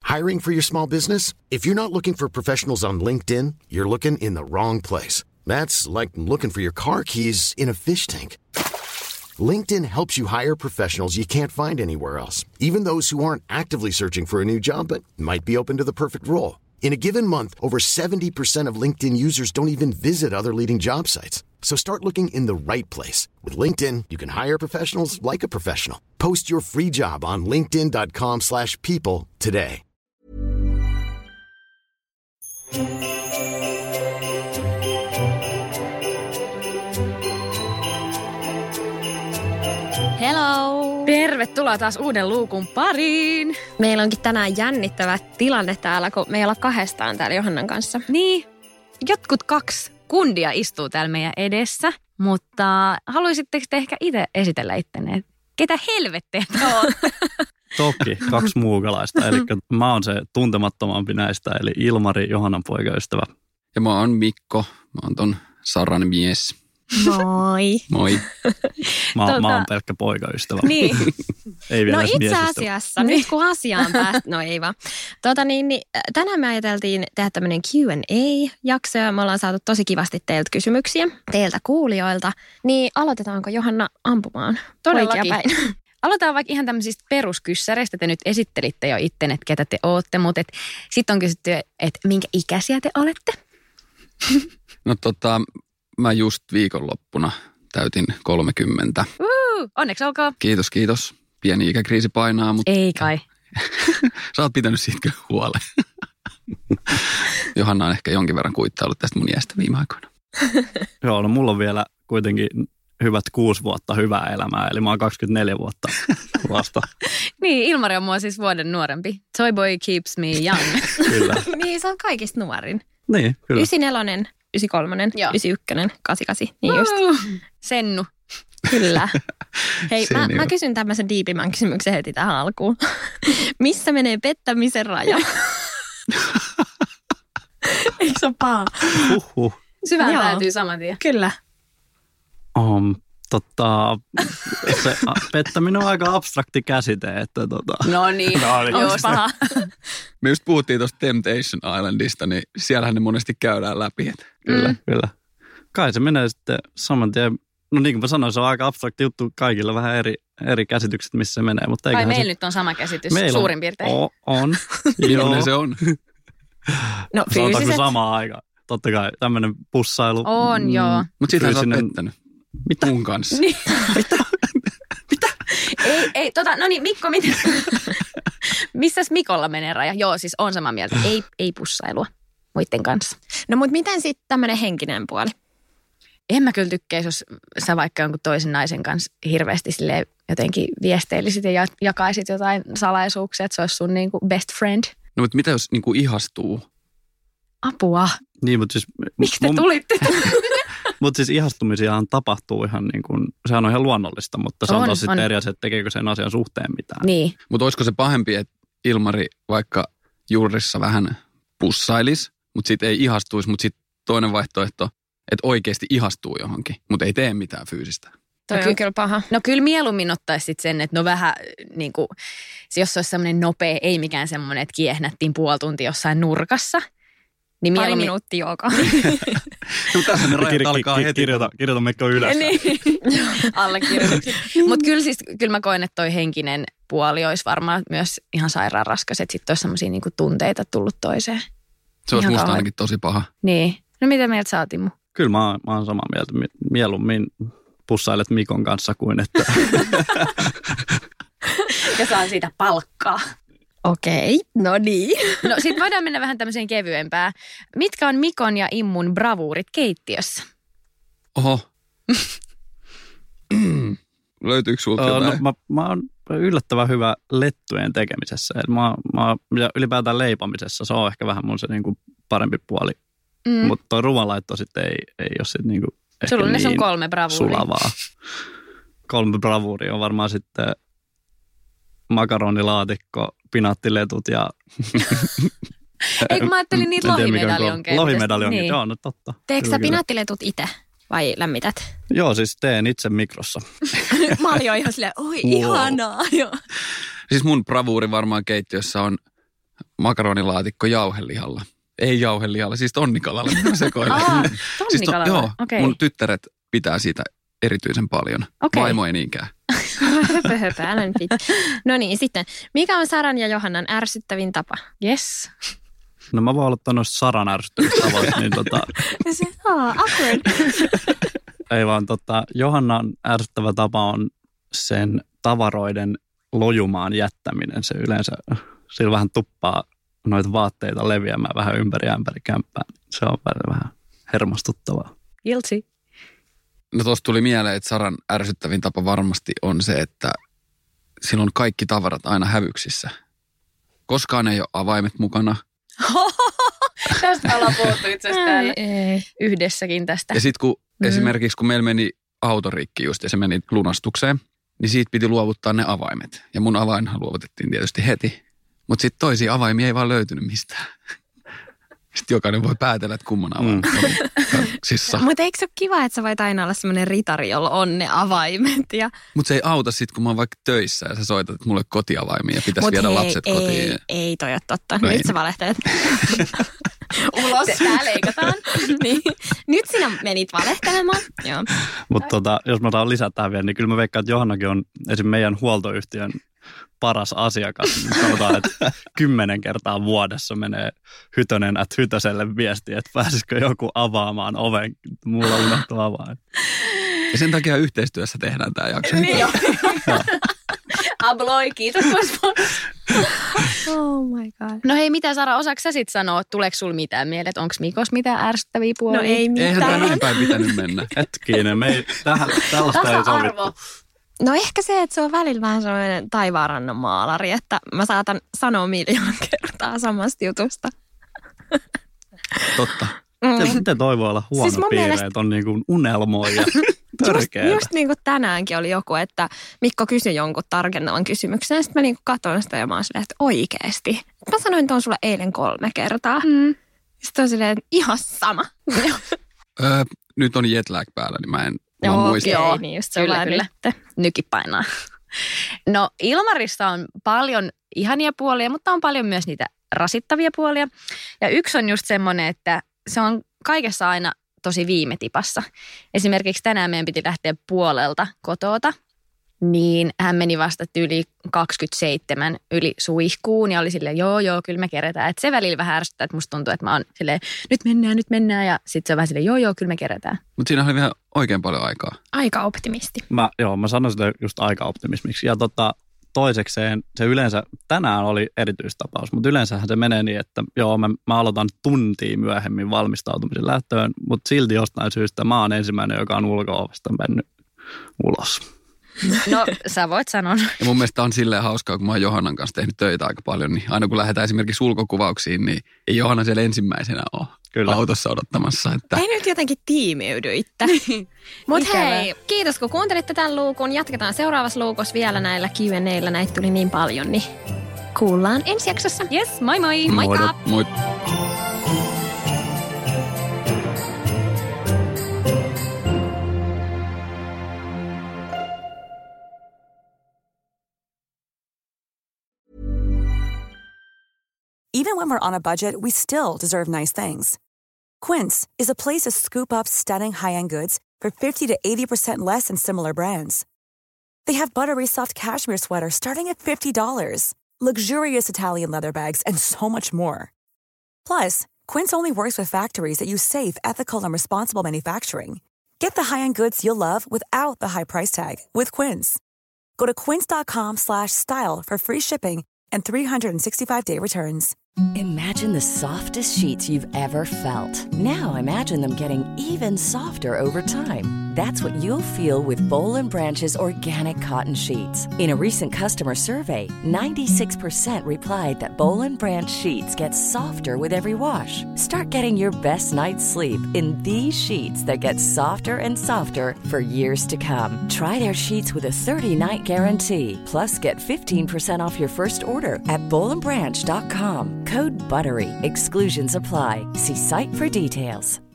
Hiring for your small business? If you're not looking for professionals on LinkedIn, you're looking in the wrong place. That's like looking for your car keys in a fish tank. LinkedIn helps you hire professionals you can't find anywhere else, even those who aren't actively searching for a new job but might be open to the perfect role. In a given month, over 70% of LinkedIn users don't even visit other leading job sites. So start looking in the right place. With LinkedIn, you can hire professionals like a professional. Post your free job on linkedin.com/people today. Hello! Tervetuloa taas uuden luukun pariin. Meillä onkin tänään jännittävä tilanne täällä, kun me ei olla kahdestaan täällä Johannan kanssa. Niin, jotkut 2 kundia istuu täällä meidän edessä, mutta haluaisitteko te ehkä itse esitellä ittenne? Ketä helvettiä te olette? Toki, 2 muukalaista. Eli mä oon se tuntemattomampi näistä, eli Ilmari, Johannan poikaystävä. Ja mä oon Mikko, mä oon ton Saran mies. Moi! Moi. Mä oon pelkkä poikaystävä. Niin. Ei vielä no itse miesystävä. asiassa, nyt kun asiaan päästä, no ei vaan. Tänään me ajateltiin tehdä tämmöinen Q&A-jakso ja me ollaan saatu tosi kivasti teiltä kysymyksiä, teiltä kuulijoilta. Niin aloitetaanko Johanna ampumaan? Todellakin. Oikeapäin. Aloitetaan vaikka ihan tämmöisistä peruskyssäreistä. Te nyt esittelitte jo itten, että ketä te ootte, mutta sitten on kysytty, että minkä ikäisiä te olette? No mä just viikonloppuna täytin 30. Onneksi olkoon. Kiitos. Pieni ikäkriisi painaa, mutta... Ei kai. Sä oot pitänyt siitä kyllä huolen. Johanna on ehkä jonkin verran kuittaillut tästä mun iästä viime aikoina. Joo, no mulla on vielä kuitenkin hyvät 6 vuotta hyvää elämää, eli mä oon 24 vuotta vasta. Niin, Ilmari on mua siis vuoden nuorempi. Toy boy keeps me young. Kyllä. Niin, se on kaikista nuorin. Niin, kyllä. 94, 93, 91, 88, niin just. Sennu. Kyllä. Hei, mä kysyn tämmöisen diipimän kysymyksen heti tähän alkuun. Missä menee pettämisen raja? Eikö se ole paha? Syvään päätyy saman tien. Kyllä. Se pettäminen on aika abstrakti käsite, että No niin, onko paha? Me just puhuttiin tuosta Temptation Islandista, niin siellähän ne monesti käydään läpi. Kyllä. Kai se menee sitten saman tien, no niin kuin mä sanoin, se on aika abstrakti juttu, kaikilla vähän eri käsitykset, missä se menee. Mutta vai meillä nyt on sama käsitys suurin piirtein? On. Joo, se on. No fyysiset. Samaan aikaan. Totta kai tämmöinen pussailu. On, joo. Mutta siitähän sä oot pettänyt. Mitä? Mun kanssa. Niin. Mitä? No niin, Mikko, missäs Mikolla menee raja? Joo, siis on samaa mieltä. Ei pussailua muiden kanssa. No mutta miten sitten tämmöinen henkinen puoli? En mä kyllä tykkäisi, jos sä vaikka jonkun toisen naisen kanssa hirveästi silleen jotenkin viesteillisit ja jakaisit jotain salaisuuksia, että se olisi sun niinku best friend. No mutta mitä jos niinku ihastuu? Apua. Niin, mutta siis... Miksi te tulitte? Mutta siis ihastumisiahan tapahtuu ihan niin kuin, sehän on ihan luonnollista, mutta se on tosi eri asia, että tekeekö sen asian suhteen mitään. Niin. Mutta olisiko se pahempi, että Ilmari vaikka juurissa vähän pussailisi, mutta sitten ei ihastuisi, mutta sitten toinen vaihtoehto, että oikeasti ihastuu johonkin, mutta ei tee mitään fyysistä. Kyllä paha. No kyllä mieluummin ottaisi sitten sen, että no vähän niin kuin, jos se olisi semmoinen nopea, ei mikään semmoinen, että kiehnättiin puoli tuntia jossain nurkassa. Niin pari minuuttia joka. No tässä ne rajat alkaa heti. Kirjoita Mikko ylös. Niin. Allekirjoitukset. Mutta kyllä mä koen, että toi henkinen puoli olisi varmaan myös ihan sairaan raskas, että sitten olisi semmoisia niinku tunteita tullut toiseen. Se olisi musta ainakin tosi paha. Niin. No mitä mieltä sä oot, Immu? Kyllä mä oon samaa mieltä. Mieluummin pussailet Mikon kanssa kuin että... Ja saan siitä palkkaa. Okei, no niin. No sit voidaan mennä vähän tämmöiseen kevyempään. Mitkä on Mikon ja Immun bravuurit keittiössä? Oho. Löytyykö sulta jotain? No, mä oon yllättävän hyvä lettujen tekemisessä. Ja ylipäätään leipamisessa se on ehkä vähän mun se niinku parempi puoli. Mutta toi ruoanlaitto sitten ei ole sitten niinku ehkä sulla niin on 3 bravuuria. Sulavaa. 3 bravuuria on varmaan sitten makaronilaatikko, pinaattiletut ja... Eikö mä ajattelin niitä lohimedaljonkeja? Lohimedaljonkeja, joo, no totta. Teekö sä pinaattiletut itse vai lämmität? Joo, siis teen itse mikrossa. Mä olin jo ihan silleen, oi ihanaa. Joo. Siis mun bravuuri varmaan keittiössä on makaronilaatikko jauhelihalla. Ei jauhelihalla, siis tonnikalalla, mitä mä sekoilen. Tonnikalalla, Siis okei. mun tyttäret pitää siitä erityisen paljon. Okei. Vaimo ei niinkään. Höpö, älä nyt vitsi. No niin, sitten. Mikä on Saran ja Johannan ärsyttävin tapa? Yes. No mä voin aloittaa noista Saran ärsyttävistä tavoista, niin Awkward. ei vaan Johannan ärsyttävä tapa on sen tavaroiden lojumaan jättäminen. Se yleensä, sillä vähän tuppaa noita vaatteita leviämään vähän ympäri kämppää. Se on vähän hermostuttavaa. Guilty. No tuossa tuli mieleen, että Saran ärsyttävin tapa varmasti on se, että sillä on kaikki tavarat aina hävyksissä. Koskaan ei ole avaimet mukana. Tästä ollaan puhuttu itse asiassa täällä yhdessäkin tästä. Ja sitten esimerkiksi kun meillä meni autorikki just ja se meni lunastukseen, niin siitä piti luovuttaa ne avaimet. Ja mun avainhan luovutettiin tietysti heti. Mutta sitten toisia avaimia ei vaan löytynyt mistään. Sitten jokainen voi päätellä, että kumman avain on kaksissa. Mutta eikö se ole kiva, että sä voit aina olla semmoinen ritari, jolla on ne avaimet? Mutta se ei auta sitten, kun mä oon vaikka töissä ja sä soitat, että mulle kotiavaimia ja pitäisi viedä lapset kotiin. Ei toi ole totta. No Nyt sä valehtelet. Ulos. Tää leikataan. Niin. Nyt sinä menit valehtelemaan. Joo. Mutta jos mä saan lisää tähän vielä, niin kyllä mä veikkaan, että Johannakin on esimerkiksi meidän huoltoyhtiön paras asiakas. Sanotaan, että 10 kertaa vuodessa menee Hytönen@Hytöselle viesti, että pääsisikö joku avaamaan oven. Mulla on unohtu avain. Ja sen takia yhteistyössä tehdään tämä jakso. Niin joo. Abloi, kiitos. Oh my god. No hei, mitä Sara, osaatko sä sit sanoa, tuleeko sulla mitään mieleen, onko Mikos mitään ärsyttäviä puolia? No ei mitään. Eihän tämä näin päin pitänyt mennä. Hetkinen, me ei tällaista ei sovittu. No ehkä se, että se on välillä vähän sellainen taivaanrannan maalari, että mä saatan sanoa 1 000 000 kertaa samasta jutusta. Totta. Miten toi voi olla huono Siis mun piirre, mielestä- että on niin kuin unelmoi ja törkeä. Just niin kuin tänäänkin oli joku, että Mikko kysyi jonkun tarkennavan kysymyksen. Ja sitten mä niin kuin katsoin sitä ja mä oon silleen, että oikeesti. Mä sanoin tuon sulle eilen 3 kertaa. Sitten on silleen, että ihan sama. Nyt on jetlag päällä, niin mä en Joo, muista. okei, niin just se on Kyllä, kyllä. Nyki painaa. No Ilmarissa on paljon ihania puolia, mutta on paljon myös niitä rasittavia puolia. Ja yksi on just semmoinen, että se on kaikessa aina tosi viime tipassa. Esimerkiksi tänään meidän piti lähteä 5:30 kotoota, niin hän meni vasta yli 27 yli suihkuun ja oli silleen, joo, kyllä me kerätään. Että se välillä vähän ärsyttää, että musta tuntuu, että mä oon silleen, nyt mennään ja sitten se on vähän silleen, joo, kyllä me kerätään. Mutta siinä oli vielä oikein paljon aikaa. Aika optimisti. Mä sanon sitä just aika-optimismiksi. Ja toisekseen se yleensä, tänään oli erityistapaus, mutta yleensähän se menee niin, että joo, mä aloitan tuntia myöhemmin valmistautumisen lähtöön, mutta silti jostain syystä mä oon ensimmäinen, joka on ulko-ovesta mennyt ulos. No sä voit sanoa. Ja mun mielestä on silleen hauskaa, kun mä oon Johannan kanssa tehnyt töitä aika paljon, niin aina kun lähdetään esimerkiksi ulkokuvauksiin, niin ei Johanna siellä ensimmäisenä ole Kyllä. autossa odottamassa. Että Ei nyt jotenkin tiimiydyittä. Mutta hei, kiitos kun kuuntelitte tämän luukun. Jatketaan seuraavassa luukossa vielä näillä Q&A:llä. Näitä tuli niin paljon, niin kuullaan ensi jaksossa. Yes, moi moi. Moikka! Moi. Even when we're on a budget, we still deserve nice things. Quince is a place to scoop up stunning high-end goods for 50 to 80% less than similar brands. They have buttery soft cashmere sweaters starting at $50, luxurious Italian leather bags, and so much more. Plus, Quince only works with factories that use safe, ethical, and responsible manufacturing. Get the high-end goods you'll love without the high price tag with Quince. Go to quince.com/style for free shipping and 365-day returns. Imagine the softest sheets you've ever felt. Now imagine them getting even softer over time. That's what you'll feel with Boll & Branch's organic cotton sheets. In a recent customer survey, 96% replied that Boll & Branch sheets get softer with every wash. Start getting your best night's sleep in these sheets that get softer and softer for years to come. Try their sheets with a 30-night guarantee. Plus, get 15% off your first order at bollandbranch.com. Code BUTTERY. Exclusions apply. See site for details.